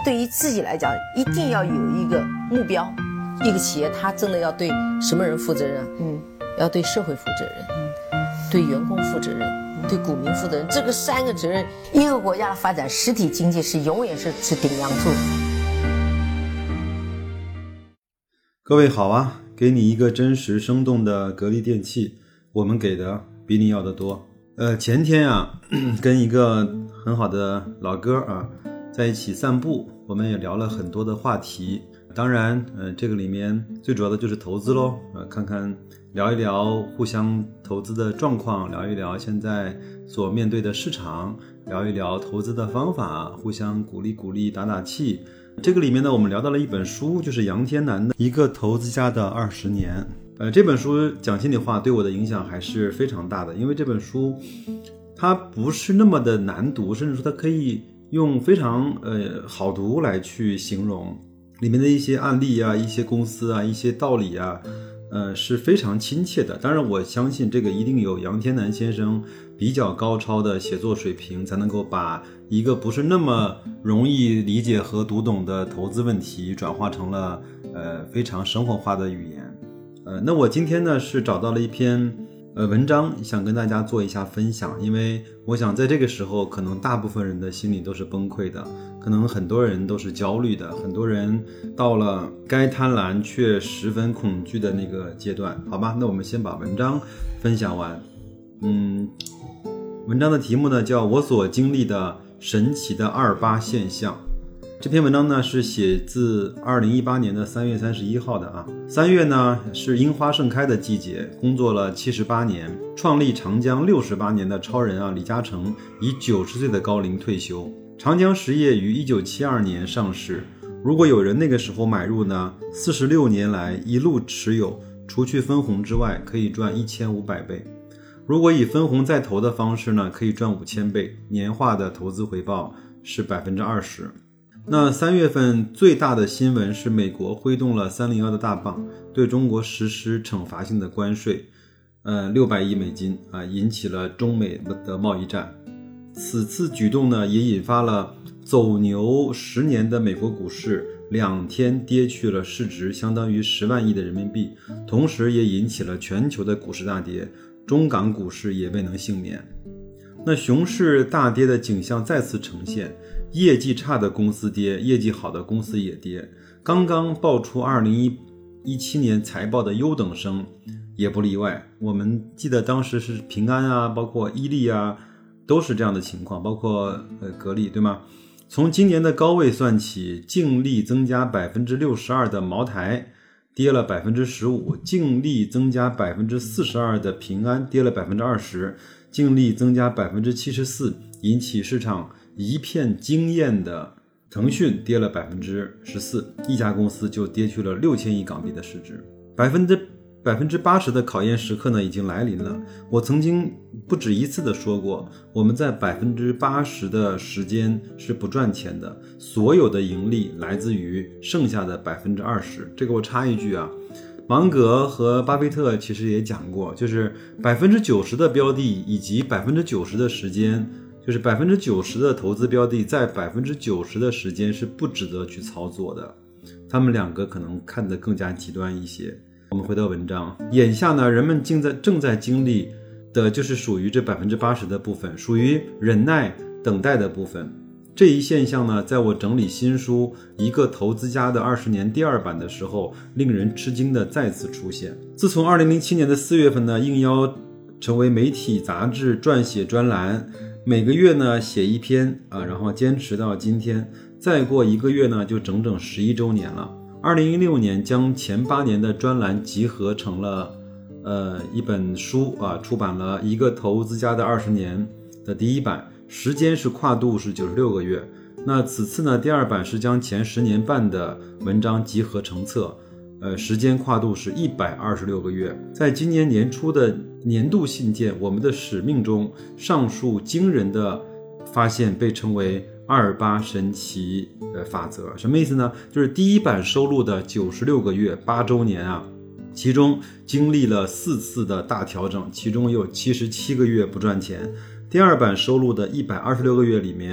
对于自己来讲，一定要有一个目标。一个企业它真的要对什么人负责任？要对社会负责任，对员工负责任，对股民负责任。这个3个责任，一个国家的发展，实体经济是永远是顶梁柱。 各位好啊，给你一个真实生动的格力电器，我们给的比你要的多。前天啊，跟一个很好的老哥啊在一起散步，我们也聊了很多的话题。当然这个里面最主要的就是投资咯，聊一聊互相投资的状况，聊一聊现在所面对的市场，聊一聊投资的方法，互相鼓励打打气。这个里面呢，我们聊到了一本书，就是杨天南的《一个投资家的20年》。这本书讲心里话对我的影响还是非常大的，因为这本书它不是那么的难读，甚至说它可以用非常好读来去形容里面的一些案例啊，一些公司啊，一些道理啊，是非常亲切的。当然我相信这个一定有杨天南先生比较高超的写作水平，才能够把一个不是那么容易理解和读懂的投资问题转化成了非常生活化的语言。那我今天呢是找到了一篇文章，想跟大家做一下分享。因为我想在这个时候可能大部分人的心里都是崩溃的，可能很多人都是焦虑的，很多人到了该贪婪却十分恐惧的那个阶段。好吧，那我们先把文章分享完。文章的题目呢叫我所经历的神奇的28现象。这篇文章呢是写自2018年的3月31号的啊。3月呢是樱花盛开的季节，工作了78年，创立长江68年的超人啊李嘉诚以90岁的高龄退休。长江实业于1972年上市，如果有人那个时候买入呢，46年来一路持有，除去分红之外可以赚1500倍。如果以分红再投的方式呢，可以赚5000倍，年化的投资回报是 20%。那3月份最大的新闻是美国挥动了301的大棒，对中国实施惩罚性的关税，600亿美金啊，引起了中美的贸易战。此次举动呢，也引发了走牛10年的美国股市2天跌去了市值相当于10万亿的人民币，同时也引起了全球的股市大跌，中港股市也未能幸免。那熊市大跌的景象再次呈现，业绩差的公司跌，业绩好的公司也跌。刚刚爆出2017年财报的优等生也不例外，我们记得当时是平安啊，包括伊利啊，都是这样的情况，包括格力，对吗？从今年的高位算起，净利增加 62% 的茅台跌了 15%， 净利增加 42% 的平安跌了 20%， 净利增加 74%， 引起市场一片惊艳的腾讯跌了 14%， 一家公司就跌去了6000亿港币的市值。80% 的考验时刻呢已经来临了。我曾经不止一次的说过，我们在 80% 的时间是不赚钱的，所有的盈利来自于剩下的 20%。 这个我插一句啊，芒格和巴菲特其实也讲过，就是 90% 的标的以及 90% 的时间，就是 90% 的投资标的在 90% 的时间是不值得去操作的。他们两个可能看得更加极端一些。我们回到文章，眼下呢，人们正在经历的就是属于这 80% 的部分，属于忍耐等待的部分。这一现象呢，在我整理新书《一个投资家的20年》第2版的时候，令人吃惊的再次出现。自从2007年的4月份呢，应邀成为媒体杂志撰写专栏，每个月呢写一篇啊，然后坚持到今天，再过1个月呢就整整11周年了。2016年将前8年的专栏集合成了一本书啊，出版了《一个投资家的20年》的第1版，时间是跨度是96个月。那此次呢，第2版是将前10年半的文章集合成册，时间跨度是126个月。在今年年初的年度信件《我们的使命》中，上述惊人的发现被称为28神奇法则。什么意思呢？就是第1版收录的96个月8周年啊，其中经历了4次的大调整，其中有77个月不赚钱。第2版收录的126个月里面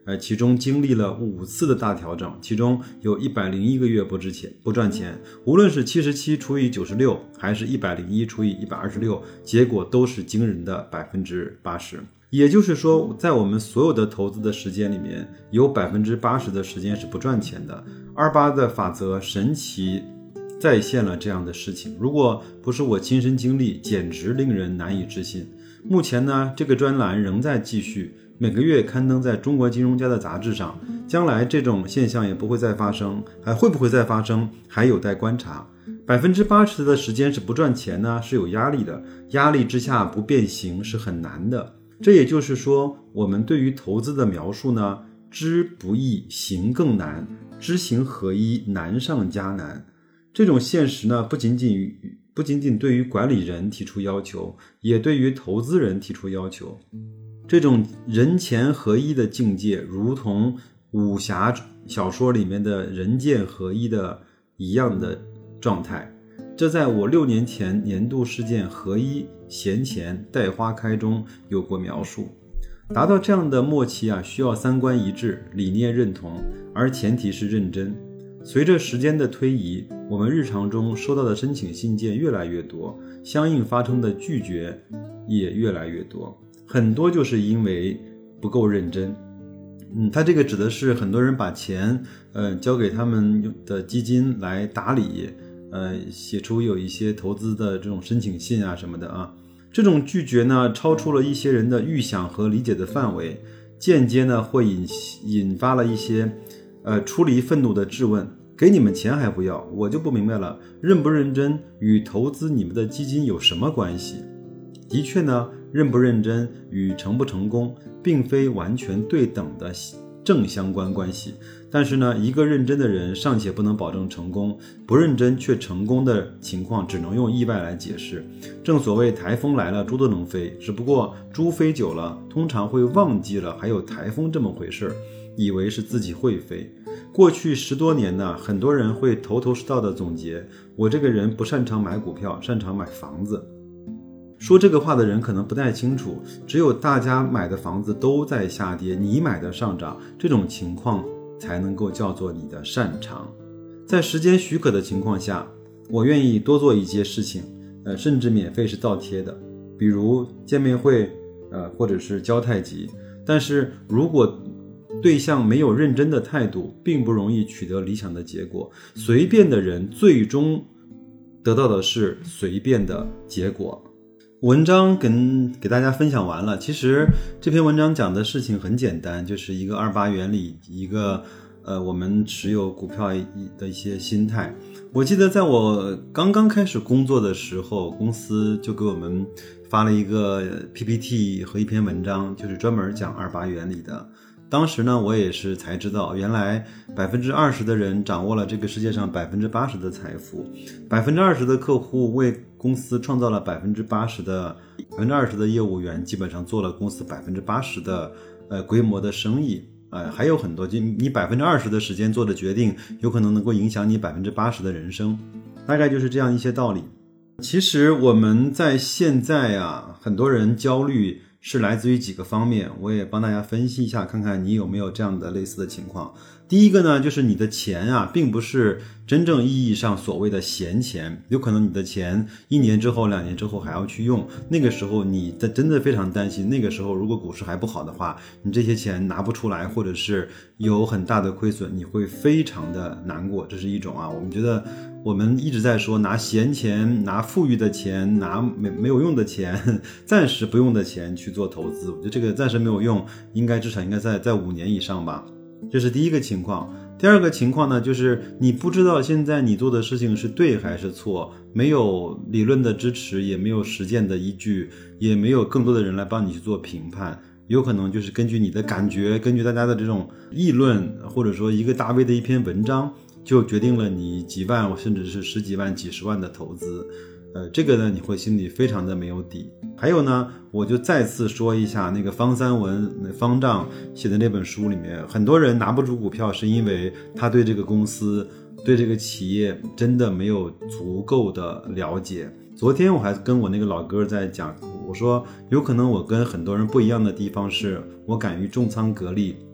其中经历了5次的大调整，其中有101个月不赚钱，无论是77除以96还是101除以126，结果都是惊人的80%。也就是说，在我们所有的投资的时间里面，有80%的时间是不赚钱的。28的法则神奇再现了这样的事情，如果不是我亲身经历，简直令人难以置信。目前呢，这个专栏仍在继续，每个月刊登在中国金融家的杂志上，将来这种现象也不会再发生，还会不会再发生，还有待观察。80%的时间是不赚钱呢，是有压力的，压力之下不变形是很难的。这也就是说，我们对于投资的描述呢，知不易，行更难，知行合一，难上加难。这种现实呢，不仅仅对于管理人提出要求，也对于投资人提出要求。这种人钱合一的境界，如同武侠小说里面的人剑合一的一样的状态。这在我6年前年度事件合一闲钱待花开中有过描述。达到这样的默契需要3观一致，理念认同，而前提是认真。随着时间的推移，我们日常中收到的申请信件越来越多，相应发生的拒绝也越来越多，很多就是因为不够认真。他这个指的是很多人把钱交给他们的基金来打理，写出有一些投资的这种申请信什么的啊。这种拒绝呢，超出了一些人的预想和理解的范围，间接呢会引发了一些出离愤怒的质问：给你们钱还不要，我就不明白了，认不认真与投资你们的基金有什么关系？的确呢，认不认真与成不成功并非完全对等的正相关关系，但是呢，一个认真的人尚且不能保证成功，不认真却成功的情况只能用意外来解释。正所谓台风来了猪都能飞，只不过猪飞久了通常会忘记了还有台风这么回事，以为是自己会飞。过去10多年呢，很多人会头头是道的总结，我这个人不擅长买股票，擅长买房子。说这个话的人可能不太清楚，只有大家买的房子都在下跌，你买的上涨，这种情况才能够叫做你的擅长。在时间许可的情况下，我愿意多做一些事情，甚至免费是倒贴的，比如见面会，或者是教太极。但是如果对象没有认真的态度，并不容易取得理想的结果。随便的人最终得到的是随便的结果。文章给大家分享完了，其实这篇文章讲的事情很简单，就是一个28原理，一个我们持有股票的一些心态。我记得在我刚刚开始工作的时候，公司就给我们发了一个 PPT 和一篇文章，就是专门讲28原理的。当时呢，我也是才知道，原来20%的人掌握了这个世界上80%的财富，20%的客户为公司创造了20%的业务员，基本上做了公司80%的规模的生意。还有很多，就你20%的时间做的决定，有可能能够影响你80%的人生，大概就是这样一些道理。其实我们在现在很多人焦虑是来自于几个方面，我也帮大家分析一下，看看你有没有这样的类似的情况。第一个呢，就是你的钱并不是真正意义上所谓的闲钱，有可能你的钱1年之后2年之后还要去用，那个时候你真的非常担心，那个时候如果股市还不好的话，你这些钱拿不出来，或者是有很大的亏损，你会非常的难过。这是一种我们觉得我们一直在说拿闲钱，拿富裕的钱，拿没有用的钱，暂时不用的钱去做投资，我觉得这个暂时没有用，至少应该在5年以上吧。这是第一个情况。第二个情况呢，就是你不知道现在你做的事情是对还是错，没有理论的支持，也没有实践的依据，也没有更多的人来帮你去做评判，有可能就是根据你的感觉，根据大家的这种议论，或者说一个大 V 的一篇文章，就决定了你几万甚至是10几万几十万的投资。这个呢，你会心里非常的没有底。还有呢，我就再次说一下那个方三文方丈写的那本书里面，很多人拿不住股票是因为他对这个公司对这个企业真的没有足够的了解。昨天我还跟我那个老哥在讲，我说有可能我跟很多人不一样的地方是，我敢于重仓格力，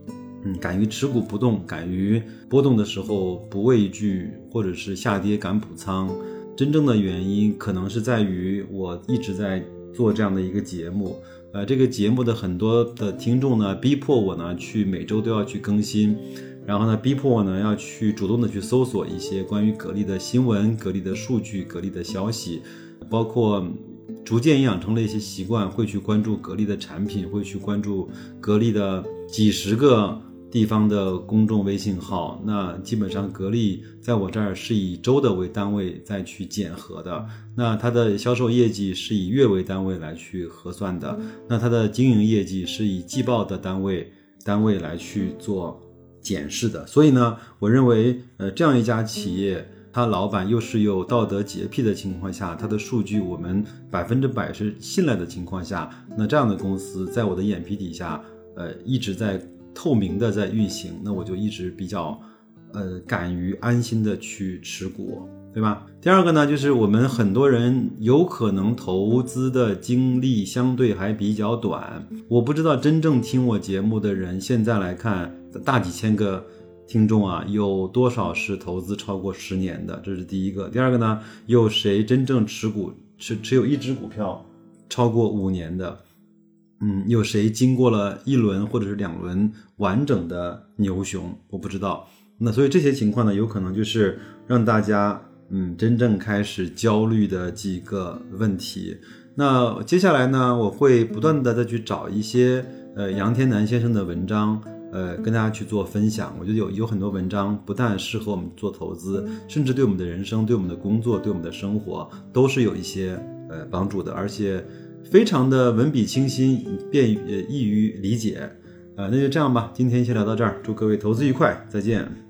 敢于持股不动，敢于波动的时候不畏惧，或者是下跌敢补仓。真正的原因可能是在于我一直在做这样的一个节目，这个节目的很多的听众呢，逼迫我呢去每周都要去更新，然后呢逼迫我呢要去主动的去搜索一些关于格力的新闻、格力的数据、格力的消息，包括逐渐养成了一些习惯，会去关注格力的产品，会去关注格力的几十个地方的公众微信号。那基本上格力在我这儿是以周的为单位再去检核的，那它的销售业绩是以月为单位来去核算的，那它的经营业绩是以季报的单位来去做检视的。所以呢，我认为这样一家企业，他老板又是有道德洁癖的情况下，他的数据我们100%是信赖的情况下，那这样的公司在我的眼皮底下一直在透明的在运行，那我就一直比较敢于安心的去持股，对吧？第二个呢，就是我们很多人有可能投资的经历相对还比较短，我不知道真正听我节目的人现在来看大几千个听众啊，有多少是投资超过10年的，这是第一个。第二个呢，有谁真正持有一只股票超过5年的，有谁经过了1轮或者是2轮完整的牛熊，我不知道。那所以这些情况呢，有可能就是让大家真正开始焦虑的几个问题。那接下来呢，我会不断的再去找一些杨天南先生的文章，跟大家去做分享。我觉得有很多文章不但适合我们做投资，甚至对我们的人生、对我们的工作、对我们的生活都是有一些帮助的，而且非常的文笔清新，易于理解。那就这样吧，今天先聊到这儿，祝各位投资愉快，再见。